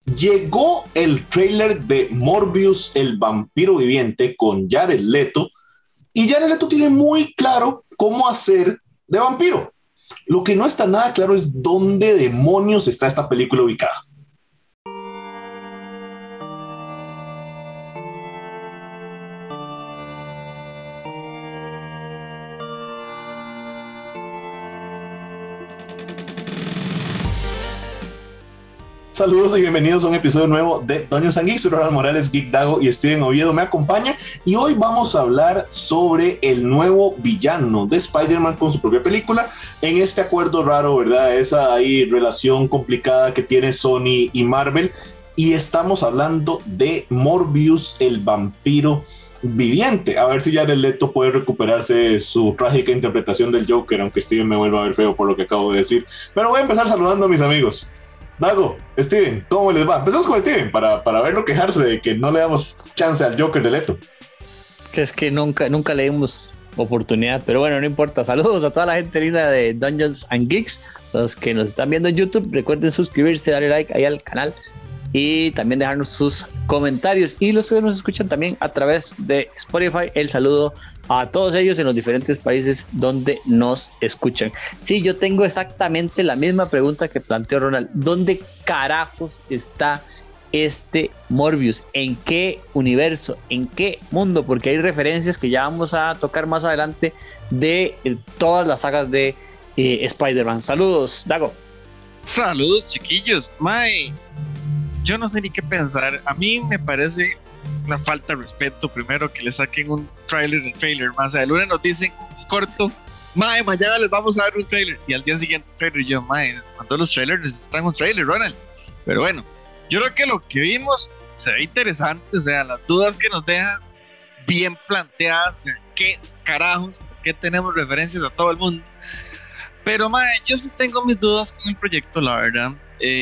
Llegó el tráiler de Morbius, el vampiro viviente, con Jared Leto, y Jared Leto tiene muy claro cómo hacer de vampiro. Lo que no está nada claro es dónde demonios está esta película ubicada. Saludos y bienvenidos a un episodio nuevo de Dungeons and Geeks. Ronald Morales, Geek Dago y Steven Oviedo me acompañan y hoy vamos a hablar sobre el nuevo villano de Spider-Man con su propia película en este acuerdo raro, ¿verdad? Esa ahí relación complicada que tiene Sony y Marvel, y estamos hablando de Morbius, el vampiro viviente. A ver si Jared Leto puede recuperarse de su trágica interpretación del Joker, aunque Steven me vuelva a ver feo por lo que acabo de decir. Pero voy a empezar saludando a mis amigos. Dago, Steven, ¿cómo les va? Empezamos con Steven para verlo quejarse de que no le damos chance al Joker de Leto. Que es que nunca le dimos oportunidad, pero bueno, no importa. Saludos a toda la gente linda de Dungeons and Geeks, los que nos están viendo en YouTube. Recuerden suscribirse, darle like ahí al canal y también dejarnos sus comentarios. Y los que nos escuchan también a través de Spotify, el saludo a todos ellos en los diferentes países donde nos escuchan. Sí, yo tengo exactamente la misma pregunta que planteó Ronald. ¿Dónde carajos está este Morbius? ¿En qué universo? ¿En qué mundo? Porque hay referencias que ya vamos a tocar más adelante de todas las sagas de Spider-Man. Saludos, Dago. Saludos, chiquillos. Mae, yo no sé ni qué pensar. A mí me parece una falta de respeto, primero, que le saquen un trailer, más el lunes nos dicen corto, mae, mañana les vamos a dar un trailer, y al día siguiente un trailer, y yo, mae, cuando los trailers necesitan un trailer, Ronald. Pero bueno, yo creo que lo que vimos se ve interesante, o sea, las dudas que nos dejan bien planteadas, o sea, qué carajos, por qué tenemos referencias a todo el mundo. Pero mae, yo sí tengo mis dudas con el proyecto, la verdad.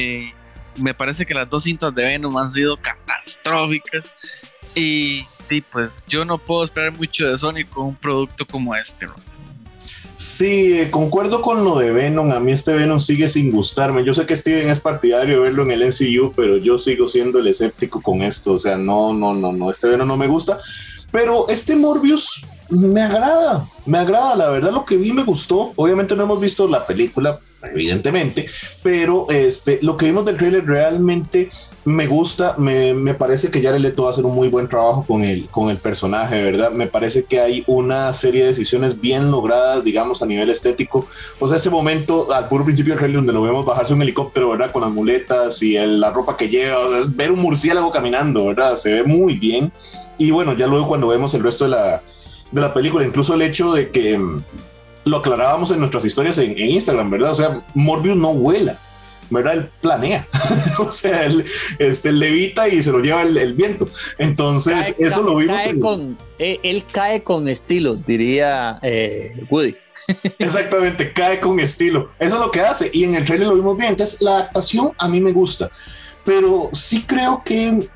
Me parece que las dos cintas de Venom han sido catastróficas y pues yo no puedo esperar mucho de Sony con un producto como este, ¿no? Sí, concuerdo con lo de Venom. A mí este Venom sigue sin gustarme. Yo sé que Steven es partidario de verlo en el MCU, pero yo sigo siendo el escéptico con esto. O sea, no, este Venom no me gusta. Pero este Morbius me agrada, la verdad. Lo que vi me gustó. Obviamente no hemos visto la película, evidentemente, pero lo que vimos del trailer realmente me gusta. Me parece que Jared Leto va a hacer un muy buen trabajo con el personaje, ¿verdad? Me parece que hay una serie de decisiones bien logradas, digamos, a nivel estético. O sea, ese momento al puro principio del trailer donde lo vemos bajarse un helicóptero, ¿verdad? Con las muletas y la ropa que lleva, o sea, es ver un murciélago caminando, ¿verdad? Se ve muy bien. Y bueno, ya luego cuando vemos el resto de la película, incluso el hecho de que lo aclarábamos en nuestras historias en Instagram, ¿verdad? O sea, Morbius no vuela, ¿verdad? Él planea. O sea, él levita y se lo lleva el viento. Entonces, eso lo vimos. Él cae con estilo, diría Woody. Exactamente, cae con estilo. Eso es lo que hace. Y en el trailer lo vimos bien. Entonces, la adaptación a mí me gusta. Pero sí creo que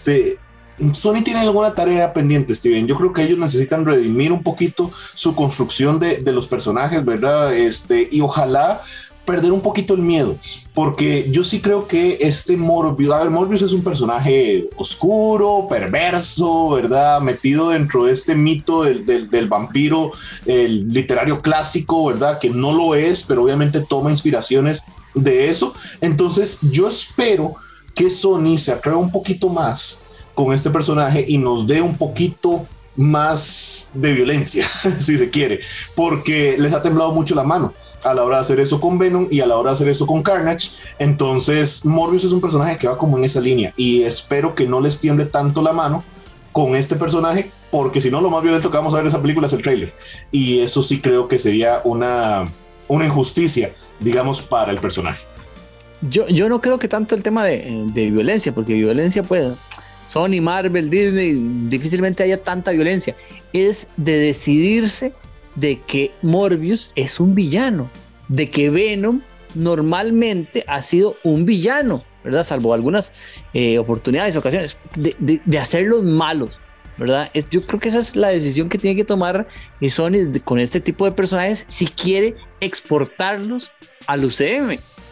Sony tiene alguna tarea pendiente, Steven. Yo creo que ellos necesitan redimir un poquito su construcción de los personajes, ¿verdad? Y ojalá perder un poquito el miedo, porque yo sí creo que Morbius es un personaje oscuro, perverso, ¿verdad? Metido dentro de este mito del vampiro, el literario clásico, ¿verdad? Que no lo es, pero obviamente toma inspiraciones de eso. Entonces yo espero que Sony se atreva un poquito más con este personaje y nos dé un poquito más de violencia, si se quiere, porque les ha temblado mucho la mano a la hora de hacer eso con Venom y a la hora de hacer eso con Carnage. Entonces Morbius es un personaje que va como en esa línea y espero que no les tiemble tanto la mano con este personaje, porque si no, lo más violento que vamos a ver en esa película es el trailer, y eso sí creo que sería una injusticia, digamos, para el personaje. Yo no creo que tanto el tema de violencia, porque violencia pues Sony, Marvel, Disney, difícilmente haya tanta violencia. Es de decidirse de que Morbius es un villano, de que Venom normalmente ha sido un villano, ¿verdad? Salvo algunas oportunidades, ocasiones, de hacerlos malos, ¿verdad? Yo creo que esa es la decisión que tiene que tomar Sony con este tipo de personajes si quiere exportarlos al UCM.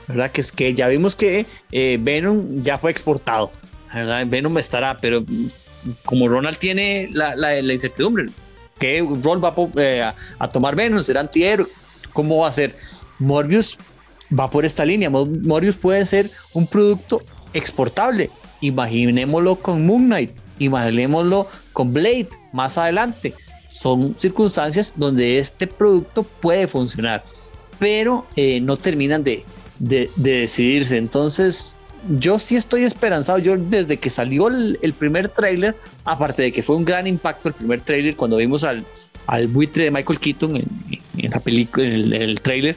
¿verdad? Que es que ya vimos que Venom ya fue exportado, ¿verdad? Venom estará, pero como Ronald tiene la incertidumbre, ¿qué rol va a tomar Venom? ¿Será antihéroe? ¿Cómo va a ser? Morbius va por esta línea. Morbius puede ser un producto exportable. Imaginémoslo con Moon Knight, imaginémoslo con Blade más adelante. Son circunstancias donde este producto puede funcionar, pero no terminan de decidirse. Entonces yo sí estoy esperanzado. Yo desde que salió el primer tráiler, aparte de que fue un gran impacto el primer tráiler cuando vimos al buitre de Michael Keaton en la película, en el tráiler,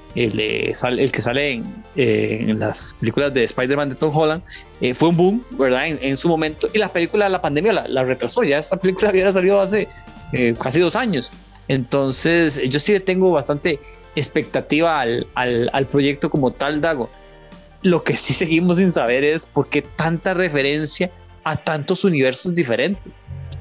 el que sale en las películas de Spider-Man de Tom Holland, fue un boom, ¿verdad? En su momento, y la película de la pandemia la retrasó. Ya esta película había salido hace casi 2 años. Entonces yo sí le tengo bastante expectativa al proyecto como tal, Dago. Lo que sí seguimos sin saber es por qué tanta referencia a tantos universos diferentes.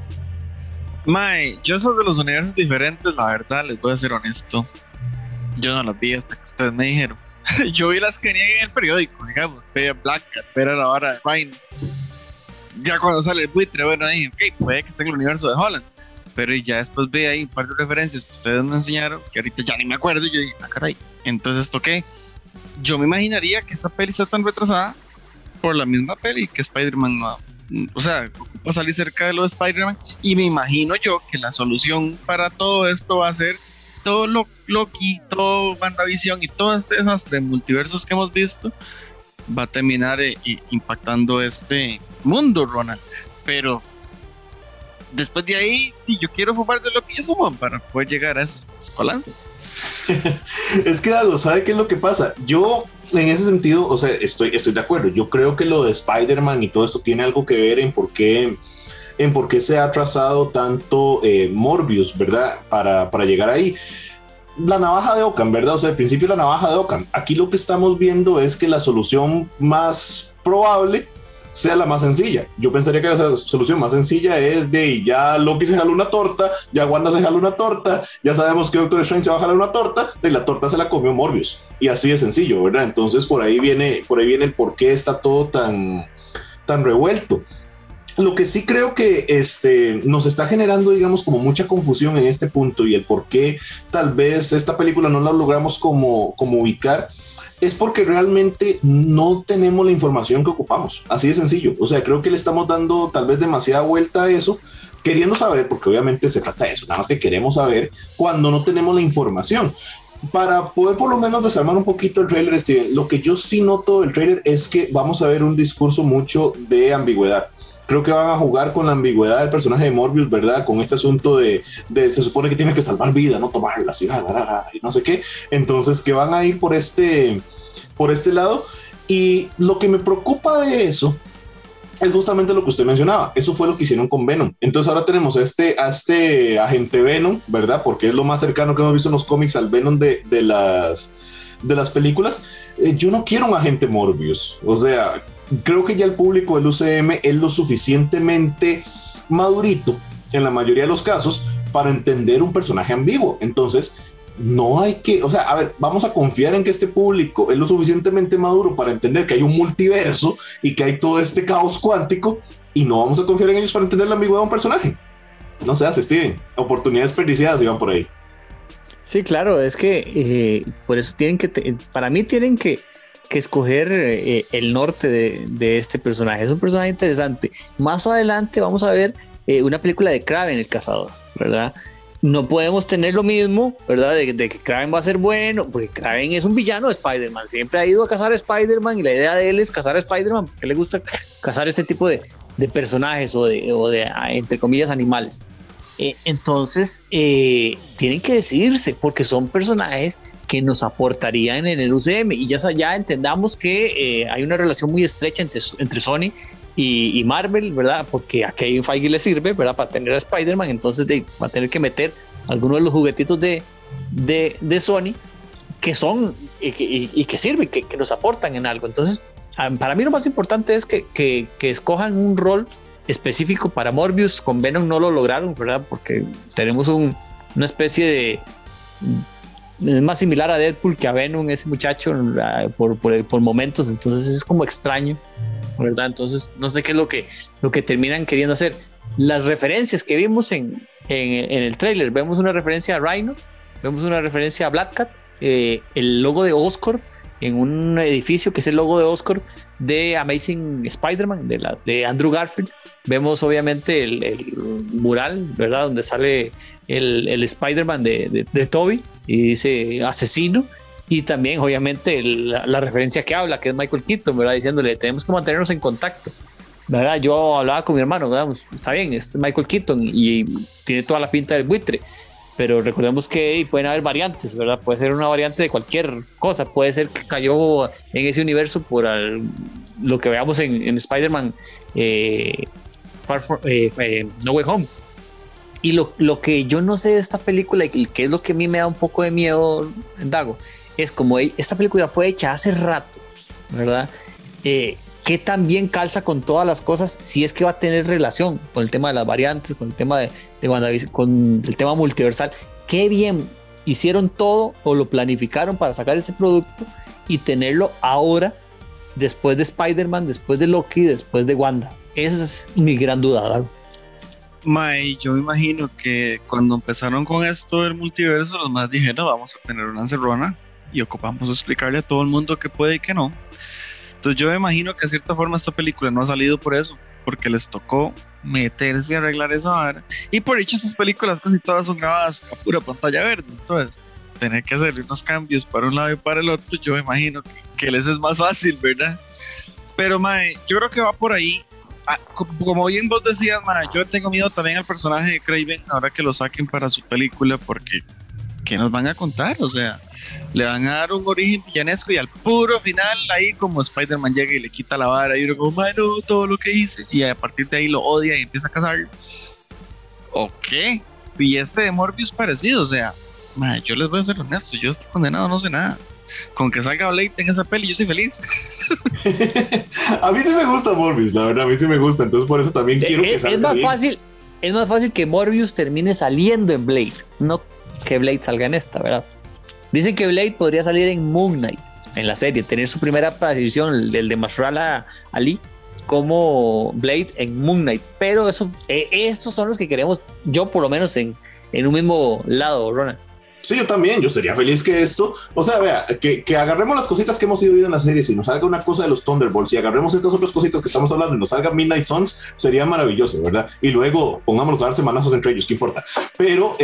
Mae, yo esos de los universos diferentes, la verdad, les voy a ser honesto, yo no las vi hasta que ustedes me dijeron. Yo vi las que venían en el periódico, digamos, veía Black Cat, era la vara de Rhino. Ya cuando sale el buitre, bueno, dije, ok, puede que esté en el universo de Holland. Pero ya después vi ahí un par de referencias que ustedes me enseñaron, que ahorita ya ni me acuerdo, y yo dije, caray, entonces esto qué. Yo me imaginaría que esta peli está tan retrasada por la misma peli que Spider-Man no. O sea, ocupa salir cerca de lo de Spider-Man, y me imagino yo que la solución para todo esto va a ser todo Loki, todo WandaVision y todo este desastre de multiversos que hemos visto va a terminar impactando este mundo, Ronald. Pero después de ahí, sí, yo quiero fumar de lo que ellos fuman para poder llegar a esos balances. Es que algo, ¿sabe qué es lo que pasa? Yo, en ese sentido, o sea, estoy de acuerdo. Yo creo que lo de Spider-Man y todo esto tiene algo que ver en por qué se ha trazado tanto Morbius, ¿verdad? Para llegar ahí. La navaja de Occam, ¿verdad? O sea, al principio la navaja de Occam. Aquí lo que estamos viendo es que la solución más probable sea la más sencilla. Yo pensaría que la solución más sencilla es de ya Loki se jaló una torta, ya Wanda se jaló una torta, ya sabemos que Doctor Strange se va a jalar una torta, y la torta se la comió Morbius. Y así de sencillo, ¿verdad? Entonces por ahí viene el por qué está todo tan revuelto. Lo que sí creo que nos está generando, digamos, como mucha confusión en este punto, y el por qué tal vez esta película no la logramos como ubicar, es porque realmente no tenemos la información que ocupamos, así de sencillo. O sea, creo que le estamos dando tal vez demasiada vuelta a eso, queriendo saber, porque obviamente se trata de eso, nada más que queremos saber cuando no tenemos la información. Para poder por lo menos desarmar un poquito el trailer, Steven, lo que yo sí noto del trailer es que vamos a ver un discurso mucho de ambigüedad. Creo que van a jugar con la ambigüedad del personaje de Morbius, ¿verdad? Con este asunto de se supone que tiene que salvar vida, no tomarla, así, y no sé qué. Entonces, que van a ir por este lado. Y lo que me preocupa de eso es justamente lo que usted mencionaba. Eso fue lo que hicieron con Venom. Entonces ahora tenemos a este agente Venom, ¿verdad? Porque es lo más cercano que hemos visto en los cómics al Venom de las películas. Yo no quiero un agente Morbius. O sea, creo que ya el público del UCM es lo suficientemente madurito en la mayoría de los casos para entender un personaje ambiguo. Entonces no hay que, o sea, a ver, vamos a confiar en que este público es lo suficientemente maduro para entender que hay un multiverso y que hay todo este caos cuántico, y no vamos a confiar en ellos para entender la ambigüedad de un personaje. No se hace, Steven. Oportunidades desperdiciadas iban por ahí. Sí, claro, es que por eso para mí tienen que escoger el norte de este personaje. Es un personaje interesante. Más adelante vamos a ver una película de Kraven el Cazador, ¿verdad? No podemos tener lo mismo, ¿verdad? De que Kraven va a ser bueno, porque Kraven es un villano de Spider-Man. Siempre ha ido a cazar a Spider-Man, y la idea de él es cazar a Spider-Man, porque le gusta cazar este tipo de personajes o de entre comillas, animales. Entonces tienen que decidirse, porque son personajes que nos aportarían en el UCM, y ya entendamos que hay una relación muy estrecha entre Sony y Marvel, ¿verdad? Porque a Kevin Feige le sirve, ¿verdad? Para tener a Spider-Man, entonces va a tener que meter algunos de los juguetitos de Sony que son y que sirven, que nos aportan en algo. Entonces, para mí lo más importante es que escojan un rol específico para Morbius. Con Venom no lo lograron, ¿verdad? Porque tenemos una especie es más similar a Deadpool que a Venom, ese muchacho, por momentos, entonces es como extraño, ¿verdad? Entonces no sé qué es lo que terminan queriendo hacer. Las referencias que vimos en el tráiler, vemos una referencia a Rhino, vemos una referencia a Black Cat, el logo de Oscorp en un edificio que es el logo de Oscorp de Amazing Spider-Man, de Andrew Garfield. Vemos obviamente el mural, ¿verdad? Donde sale el Spider-Man de Tobey y dice asesino. Y también obviamente la referencia que habla, que es Michael Keaton, ¿verdad? Diciéndole, tenemos que mantenernos en contacto, ¿verdad? Yo hablaba con mi hermano, ¿verdad? Está bien, es Michael Keaton y tiene toda la pinta del buitre, pero recordemos que pueden haber variantes, ¿verdad? Puede ser una variante de cualquier cosa, puede ser que cayó en ese universo por lo que veamos en Spider-Man No Way Home. Y lo que yo no sé de esta película y que es lo que a mí me da un poco de miedo, Dago, es como esta película fue hecha hace rato, ¿verdad? ¿Qué tan bien calza con todas las cosas si es que va a tener relación con el tema de las variantes, con el tema de WandaVision, con el tema multiversal? ¿Qué bien hicieron todo o lo planificaron para sacar este producto y tenerlo ahora, después de Spider-Man, después de Loki, después de Wanda? Esa es mi gran duda, Dago. Mae, yo me imagino que cuando empezaron con esto del multiverso, los más dijeron, vamos a tener una encerrona y ocupamos explicarle a todo el mundo que puede y que no. Entonces yo me imagino que de cierta forma esta película no ha salido por eso, porque les tocó meterse a arreglar esa vara. Y por hecho esas películas casi todas son grabadas a pura pantalla verde, entonces tener que hacerle unos cambios para un lado y para el otro, yo me imagino que les es más fácil, ¿verdad? Pero mae, yo creo que va por ahí. Como bien vos decías, mae, yo tengo miedo también al personaje de Kraven ahora que lo saquen para su película, porque ¿qué nos van a contar? O sea, le van a dar un origen villanesco y al puro final ahí como Spider-Man llega y le quita la vara y uno como, no, todo lo que hice, y a partir de ahí lo odia y empieza a cazarlo. ¿O qué? Y este de Morbius parecido, o sea, mae, yo les voy a ser honesto, yo estoy condenado, no sé nada. Con que salga Blade en esa peli, yo soy feliz. A mí sí me gusta Morbius, la verdad, a mí sí me gusta, entonces por eso también quiero que salga. Es más fácil que Morbius termine saliendo en Blade, no que Blade salga en esta, ¿verdad? Dicen que Blade podría salir en Moon Knight, en la serie, tener su primera aparición, el de Mahershala Ali, como Blade en Moon Knight, pero estos son los que queremos, yo por lo menos en un mismo lado, Ronald. Sí, yo también, yo sería feliz que esto, o sea, vea, que agarremos las cositas que hemos ido viendo en la serie, si nos salga una cosa de los Thunderbolts y agarremos estas otras cositas que estamos hablando y nos salga Midnight Suns, sería maravilloso, ¿verdad? Y luego pongámonos a dar semanazos entre ellos, ¿qué importa? Pero,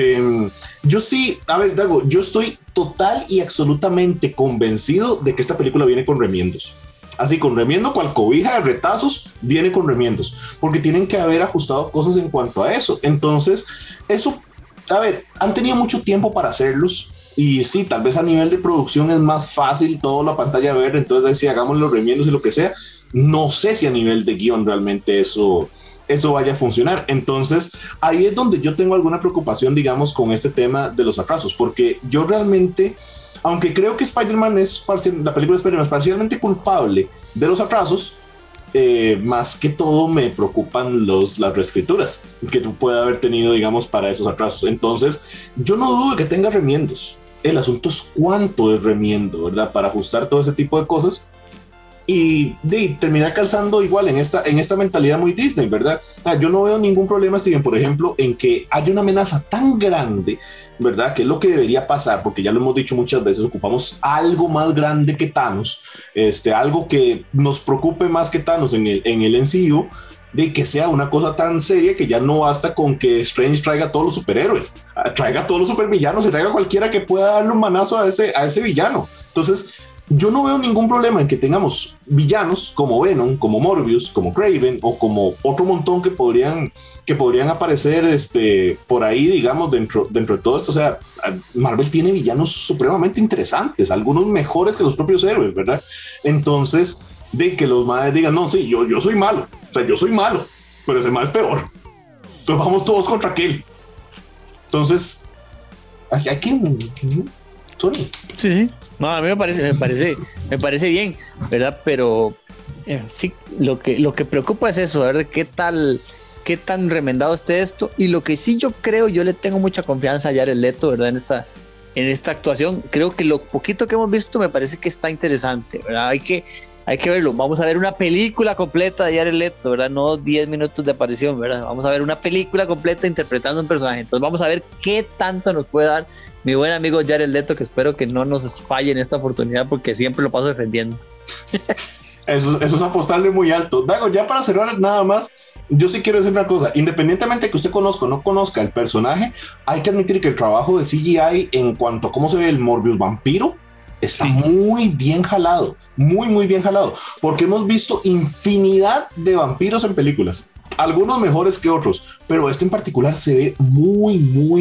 yo sí, a ver, Dago, yo estoy total y absolutamente convencido de que esta película viene con remiendos. Así, con remiendo, cual cobija de retazos, viene con remiendos, porque tienen que haber ajustado cosas en cuanto a eso. Entonces, eso... A ver, han tenido mucho tiempo para hacerlos y sí, tal vez a nivel de producción es más fácil todo la pantalla verde, entonces ahí sí hagamos los remiendos y lo que sea. No sé si a nivel de guión realmente eso vaya a funcionar. Entonces ahí es donde yo tengo alguna preocupación, digamos, con este tema de los atrasos, porque yo realmente, aunque creo que Spider-Man la película de Spider-Man es parcialmente culpable de los atrasos, más que todo me preocupan las reescrituras que tú puedes haber tenido, digamos, para esos atrasos. Entonces yo no dudo de que tenga remiendos, el asunto es cuánto es remiendo, ¿verdad? Para ajustar todo ese tipo de cosas y de terminar calzando igual en esta mentalidad muy Disney, ¿verdad? Yo no veo ningún problema, Steven, por ejemplo, en que haya una amenaza tan grande, ¿verdad? Que es lo que debería pasar, porque ya lo hemos dicho muchas veces, ocupamos algo más grande que Thanos, algo que nos preocupe más que Thanos en el MCU, de que sea una cosa tan seria que ya no basta con que Strange traiga a todos los superhéroes, traiga a todos los supervillanos y traiga a cualquiera que pueda darle un manazo a ese villano. Entonces, yo no veo ningún problema en que tengamos villanos como Venom, como Morbius, como Kraven o como otro montón que podrían aparecer por ahí, digamos, dentro de todo esto. O sea, Marvel tiene villanos supremamente interesantes, algunos mejores que los propios héroes, ¿verdad? Entonces, de que los madres digan, no, sí, yo soy malo, o sea, yo soy malo, pero ese más es peor. Entonces vamos todos contra aquel. Entonces, hay que... Sony. Sí. No, a mí me parece bien, ¿verdad? Pero sí, lo que preocupa es eso, ¿verdad? ¿Qué tan remendado esté esto? Y lo que sí yo creo, yo le tengo mucha confianza a Jared Leto, ¿verdad? en esta actuación. Creo que lo poquito que hemos visto me parece que está interesante, ¿verdad? Hay que verlo. Vamos a ver una película completa de Jared Leto, ¿verdad? No 10 minutos de aparición, ¿verdad? Vamos a ver una película completa interpretando un personaje. Entonces vamos a ver qué tanto nos puede dar mi buen amigo Jared Leto, que espero que no nos falle en esta oportunidad porque siempre lo paso defendiendo. Eso es apostarle muy alto. Dago, ya para cerrar nada más, yo sí quiero decir una cosa. Independientemente de que usted conozca o no conozca el personaje, hay que admitir que el trabajo de CGI en cuanto a cómo se ve el Morbius vampiro está muy bien jalado, muy bien jalado, porque hemos visto infinidad de vampiros en películas, algunos mejores que otros, pero este en particular se ve muy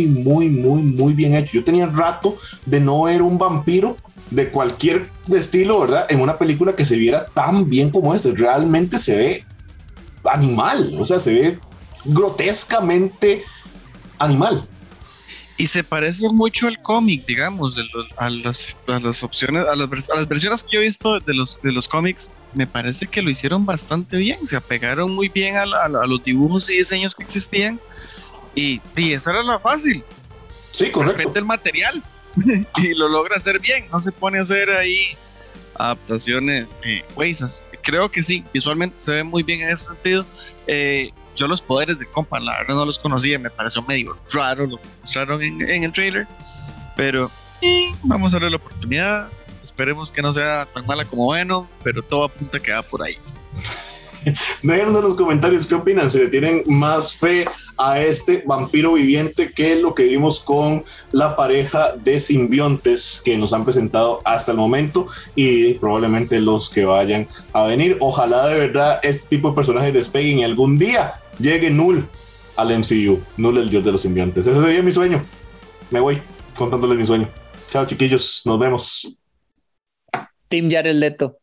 bien hecho. Yo tenía rato de no ver un vampiro de cualquier estilo, ¿verdad? En una película que se viera tan bien como este. Realmente se ve animal, o sea, se ve grotescamente animal. Y se parece mucho al cómic, digamos, a las opciones, a las versiones que yo he visto de los cómics. Me parece que lo hicieron bastante bien, se apegaron muy bien a los dibujos y diseños que existían. Y esa era la fácil. Sí, correcto. Respeta el material y lo logra hacer bien, no se pone a hacer ahí adaptaciones huesas. Creo que sí, visualmente se ve muy bien en ese sentido. Yo los poderes de compa, la verdad no los conocía, me pareció medio raro lo que mostraron en el trailer, pero vamos a darle la oportunidad. Esperemos que no sea tan mala como bueno, pero todo apunta que va por ahí. Déjenos en los comentarios qué opinan, si le tienen más fe a este vampiro viviente que lo que vimos con la pareja de simbiontes que nos han presentado hasta el momento y probablemente los que vayan a venir. Ojalá de verdad este tipo de personajes despeguen y algún día llegue Null al MCU, Null el dios de los simbiontes. Ese sería mi sueño. Me voy contándoles mi sueño. Chao chiquillos, nos vemos. Team Jared Leto.